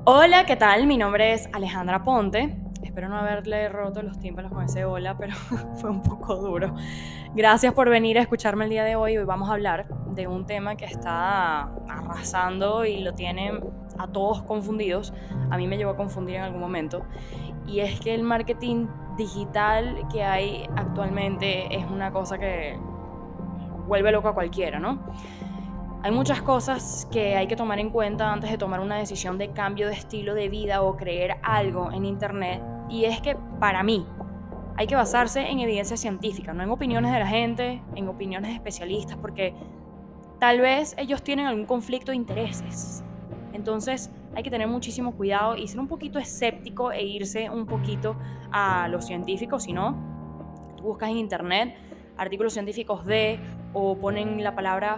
Hola, ¿qué tal? Mi nombre es Alejandra Ponte. Espero no haberle roto los tímpanos con ese hola, pero fue un poco duro. Gracias por venir a escucharme el día de hoy. Hoy vamos a hablar de un tema que está arrasando y lo tienen a todos confundidos. A mí me llegó a confundir en algún momento. Y es que el marketing digital que hay actualmente es una cosa que vuelve loco a cualquiera, ¿no? Hay muchas cosas que hay que tomar en cuenta antes de tomar una decisión de cambio de estilo de vida o creer algo en Internet. Y es que para mí hay que basarse en evidencia científica, no en opiniones de la gente, en opiniones de especialistas, porque tal vez ellos tienen algún conflicto de intereses. Entonces hay que tener muchísimo cuidado y ser un poquito escéptico e irse un poquito a los científicos. Si no, tú buscas en internet artículos científicos de o ponen la palabra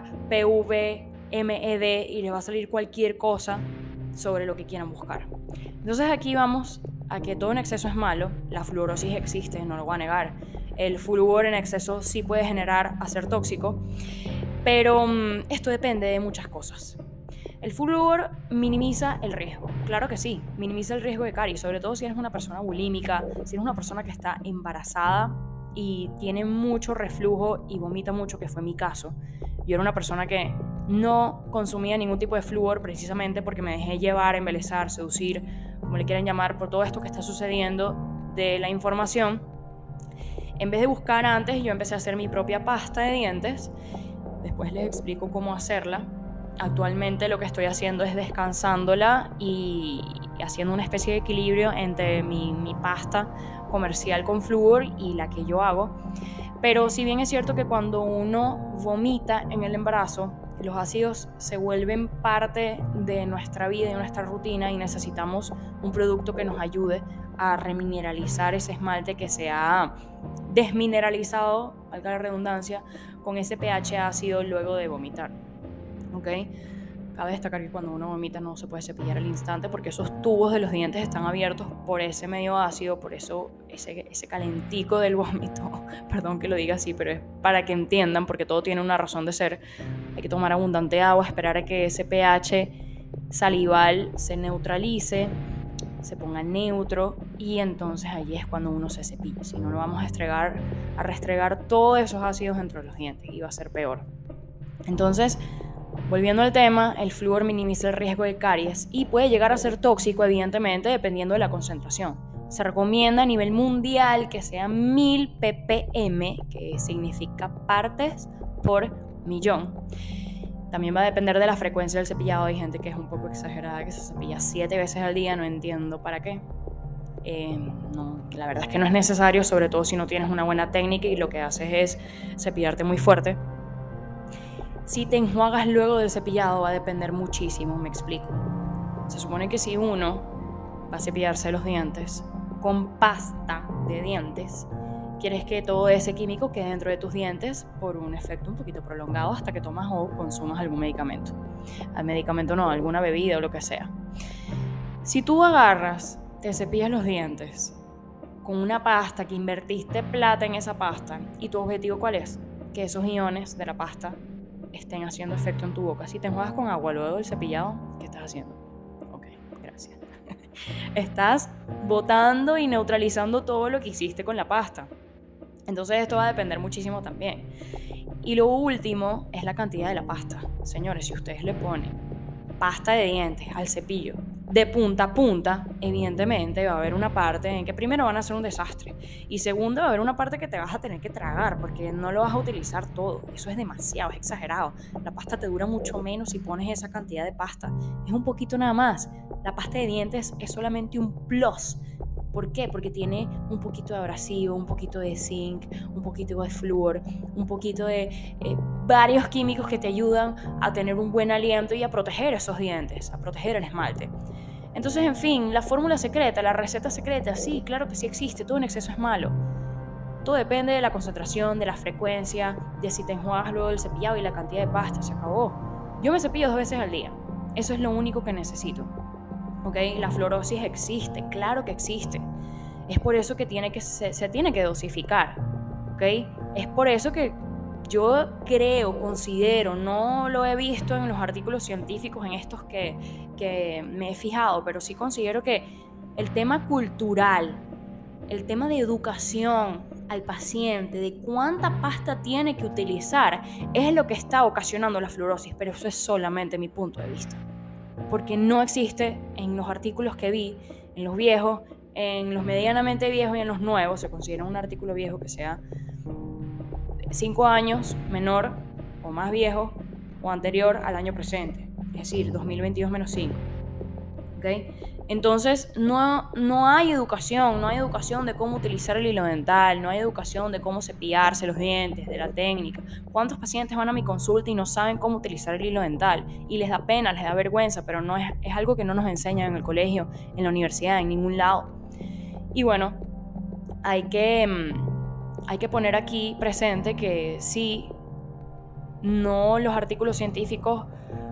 PVMED y les va a salir cualquier cosa sobre lo que quieran buscar. Entonces aquí vamos a que todo en exceso es malo. La fluorosis existe, no lo voy a negar. El flúor en exceso sí puede generar a ser tóxico, pero esto depende de muchas cosas. El flúor minimiza el riesgo, claro que sí, minimiza el riesgo de caries, sobre todo si eres una persona bulímica, si eres una persona que está embarazada y tiene mucho reflujo y vomita mucho, que fue mi caso. Yo era una persona que no consumía ningún tipo de flúor precisamente porque me dejé llevar, embelezar, seducir, como le quieran llamar, por todo esto que está sucediendo de la información. En vez de buscar antes, yo empecé a hacer mi propia pasta de dientes. Después les explico cómo hacerla. Actualmente lo que estoy haciendo es descansándola y haciendo una especie de equilibrio entre mi pasta comercial con flúor y la que yo hago. Pero si bien es cierto que cuando uno vomita en el embarazo, los ácidos se vuelven parte de nuestra vida y nuestra rutina y necesitamos un producto que nos ayude a remineralizar ese esmalte que se ha desmineralizado, valga la redundancia, con ese pH ácido luego de vomitar. ¿Ok? Cabe destacar que cuando uno vomita no se puede cepillar al instante porque esos tubos de los dientes están abiertos por ese medio ácido, por eso ese calentico del vómito, perdón que lo diga así, pero es para que entiendan, porque todo tiene una razón de ser. Hay que tomar abundante agua, esperar a que ese pH salival se neutralice, se ponga neutro y entonces allí es cuando uno se cepilla. Si no, lo vamos a restregar todos esos ácidos dentro de los dientes y va a ser peor. Entonces, volviendo al tema, el flúor minimiza el riesgo de caries y puede llegar a ser tóxico, evidentemente, dependiendo de la concentración. Se recomienda a nivel mundial que sea 1000 ppm, que significa partes por millón. También va a depender de la frecuencia del cepillado. Hay gente que es un poco exagerada, que se cepilla 7 veces al día, no entiendo para qué. No, la verdad es que no es necesario, sobre todo si no tienes una buena técnica y lo que haces es cepillarte muy fuerte. Si te enjuagas luego del cepillado va a depender muchísimo, me explico. Se supone que si uno va a cepillarse los dientes con pasta de dientes, quieres que todo ese químico quede dentro de tus dientes por un efecto un poquito prolongado hasta que tomas o consumas algún medicamento. Al medicamento no, alguna bebida o lo que sea. Si tú agarras, te cepillas los dientes con una pasta que invertiste plata en esa pasta y tu objetivo ¿cuál es? Que esos iones de la pasta estén haciendo efecto en tu boca. Si te enjuagas con agua luego del cepillado, ¿qué estás haciendo? Ok, gracias. Estás botando y neutralizando todo lo que hiciste con la pasta. Entonces esto va a depender muchísimo también. Y lo último es la cantidad de la pasta. Señores, si ustedes le ponen pasta de dientes al cepillo de punta a punta, evidentemente va a haber una parte en que primero van a ser un desastre y segundo va a haber una parte que te vas a tener que tragar porque no lo vas a utilizar todo. Eso es demasiado, es exagerado. La pasta te dura mucho menos si pones esa cantidad de pasta. Es un poquito nada más. La pasta de dientes es solamente un plus. ¿Por qué? Porque tiene un poquito de abrasivo, un poquito de zinc, un poquito de flúor, un poquito de varios químicos que te ayudan a tener un buen aliento y a proteger esos dientes, a proteger el esmalte. Entonces, en fin, la fórmula secreta, la receta secreta, sí, claro que sí existe, todo en exceso es malo. Todo depende de la concentración, de la frecuencia, de si te enjuagas luego del cepillado y la cantidad de pasta, se acabó. Yo me cepillo 2 veces al día, eso es lo único que necesito. ¿Ok? La fluorosis existe, claro que existe. Es por eso que se tiene que dosificar. ¿Ok? Es por eso que yo creo, considero, no lo he visto en los artículos científicos en estos que me he fijado, pero sí considero que el tema cultural, el tema de educación al paciente, de cuánta pasta tiene que utilizar, es lo que está ocasionando la fluorosis, pero eso es solamente mi punto de vista. Porque no existe en los artículos que vi, en los viejos, en los medianamente viejos y en los nuevos, se considera un artículo viejo que sea 5 años menor o más viejo o anterior al año presente, es decir, 2022 menos 5. ¿Okay? Entonces no hay educación de cómo utilizar el hilo dental, no hay educación de cómo cepillarse los dientes, de la técnica. ¿Cuántos pacientes van a mi consulta y no saben cómo utilizar el hilo dental? Y les da pena, les da vergüenza, pero no es algo que no nos enseñan en el colegio, en la universidad, en ningún lado. Y bueno, hay que poner aquí presente que sí, no los artículos científicos,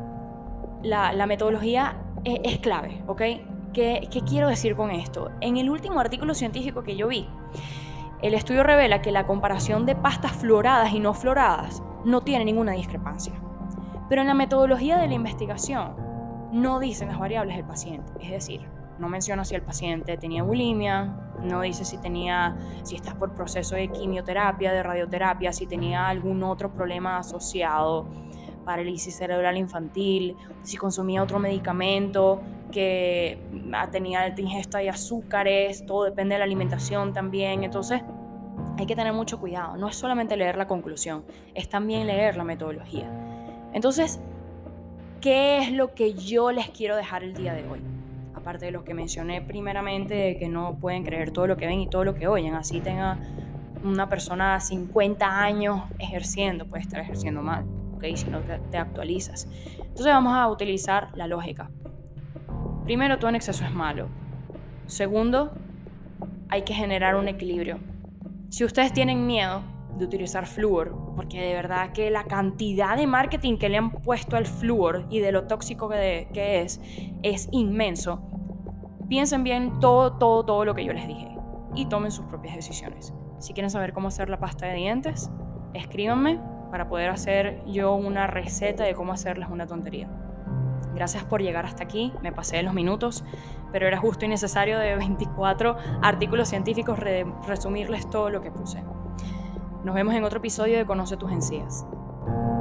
la metodología es clave, ¿ok? ¿Qué quiero decir con esto? En el último artículo científico que yo vi, el estudio revela que la comparación de pastas fluoradas y no fluoradas no tiene ninguna discrepancia. Pero en la metodología de la investigación no dicen las variables del paciente, es decir, no menciona si el paciente tenía bulimia, no dice si estás por proceso de quimioterapia, de radioterapia, si tenía algún otro problema asociado, parálisis cerebral infantil, si consumía otro medicamento, que tenía alta ingesta de azúcares, todo depende de la alimentación también. Entonces hay que tener mucho cuidado, no es solamente leer la conclusión, es también leer la metodología. Entonces, ¿qué es lo que yo les quiero dejar el día de hoy? Aparte de lo que mencioné primeramente, de que no pueden creer todo lo que ven y todo lo que oyen, así tenga una persona 50 años ejerciendo, puede estar ejerciendo mal, ¿ok? Si no te actualizas. Entonces vamos a utilizar la lógica. Primero, todo en exceso es malo. Segundo, hay que generar un equilibrio. Si ustedes tienen miedo de utilizar flúor, porque de verdad que la cantidad de marketing que le han puesto al flúor y de lo tóxico que es inmenso, piensen bien todo lo que yo les dije y tomen sus propias decisiones. Si quieren saber cómo hacer la pasta de dientes, escríbanme para poder hacer yo una receta de cómo hacerles una tontería. Gracias por llegar hasta aquí, me pasé de los minutos, pero era justo y necesario de 24 artículos científicos resumirles todo lo que puse. Nos vemos en otro episodio de Conoce tus encías.